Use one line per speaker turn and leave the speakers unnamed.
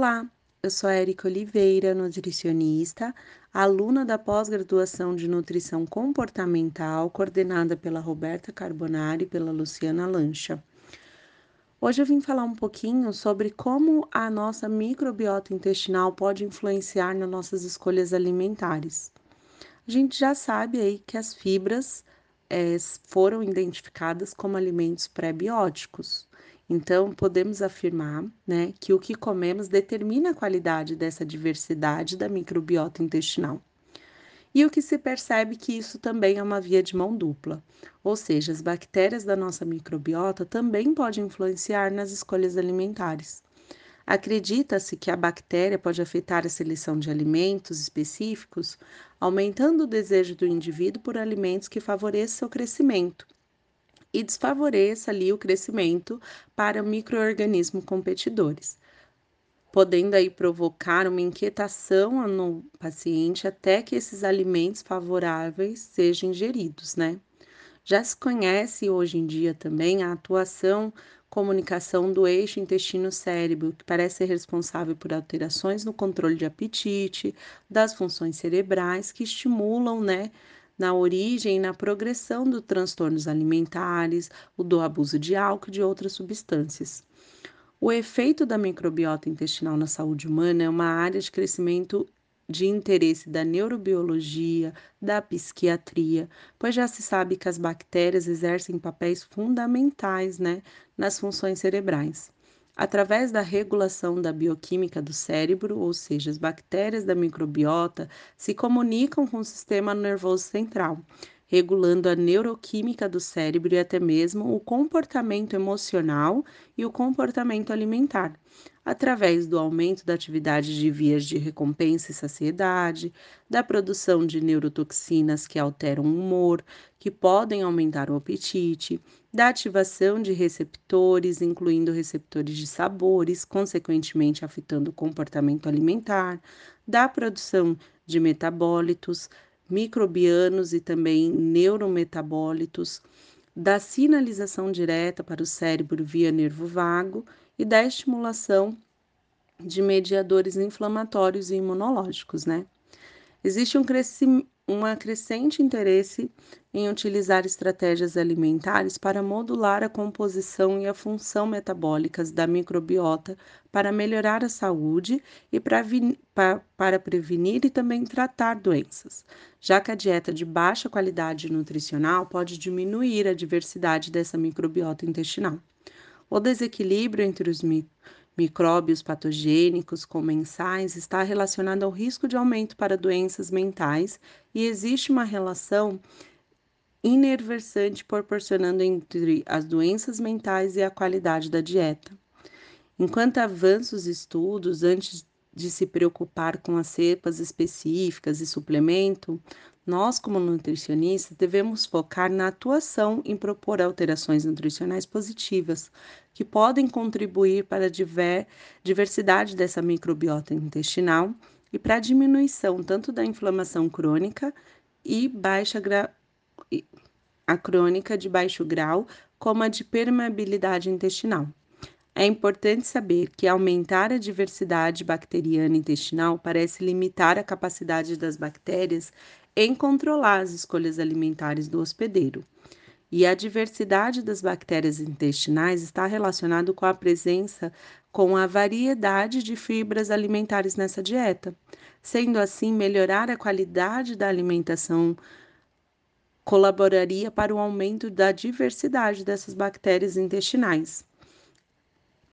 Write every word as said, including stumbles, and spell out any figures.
Olá, eu sou a Erica Oliveira, nutricionista, aluna da pós-graduação de Nutrição Comportamental, coordenada pela Roberta Carbonari e pela Luciana Lancha. Hoje eu vim falar um pouquinho sobre como a nossa microbiota intestinal pode influenciar nas nossas escolhas alimentares. A gente já sabe aí que as fibras eh, foram identificadas como alimentos pré-bióticos. Então, podemos afirmar, né, que o que comemos determina a qualidade dessa diversidade da microbiota intestinal. E o que se percebe que isso também é uma via de mão dupla, ou seja, as bactérias da nossa microbiota também podem influenciar nas escolhas alimentares. Acredita-se que a bactéria pode afetar a seleção de alimentos específicos, aumentando o desejo do indivíduo por alimentos que favoreçam seu crescimento e desfavoreça ali o crescimento para micro-organismos competidores, podendo aí provocar uma inquietação no paciente até que esses alimentos favoráveis sejam ingeridos, né? Já se conhece hoje em dia também a atuação, comunicação do eixo intestino-cérebro, que parece ser responsável por alterações no controle de apetite, das funções cerebrais que estimulam, né, na origem e na progressão dos transtornos alimentares, o do abuso de álcool e de outras substâncias. O efeito da microbiota intestinal na saúde humana é uma área de crescimento de interesse da neurobiologia, da psiquiatria, pois já se sabe que as bactérias exercem papéis fundamentais, né, nas funções cerebrais. Através da regulação da bioquímica do cérebro, ou seja, as bactérias da microbiota se comunicam com o sistema nervoso central, regulando a neuroquímica do cérebro e até mesmo o comportamento emocional e o comportamento alimentar, através do aumento da atividade de vias de recompensa e saciedade, da produção de neurotoxinas que alteram o humor, que podem aumentar o apetite, da ativação de receptores, incluindo receptores de sabores, consequentemente afetando o comportamento alimentar, da produção de metabólitos, microbianos e também neurometabólitos, da sinalização direta para o cérebro via nervo vago e da estimulação de mediadores inflamatórios e imunológicos, né? Existe um cresci uma crescente interesse em utilizar estratégias alimentares para modular a composição e a função metabólicas da microbiota para melhorar a saúde e para, pa para prevenir e também tratar doenças, já que a dieta de baixa qualidade nutricional pode diminuir a diversidade dessa microbiota intestinal. O desequilíbrio entre os mi- micróbios patogênicos comensais está relacionado ao risco de aumento para doenças mentais e existe uma relação inerversante proporcionando entre as doenças mentais e a qualidade da dieta. Enquanto avançam os estudos, antes de se preocupar com as cepas específicas e suplemento, nós, como nutricionistas, devemos focar na atuação em propor alterações nutricionais positivas, que podem contribuir para a diver- diversidade dessa microbiota intestinal e para a diminuição tanto da inflamação crônica e baixa gra- e- a crônica de baixo grau, como a de permeabilidade intestinal. É importante saber que aumentar a diversidade bacteriana intestinal parece limitar a capacidade das bactérias em controlar as escolhas alimentares do hospedeiro. E a diversidade das bactérias intestinais está relacionado com a presença com a variedade de fibras alimentares nessa dieta. Sendo assim, melhorar a qualidade da alimentação colaboraria para o aumento da diversidade dessas bactérias intestinais.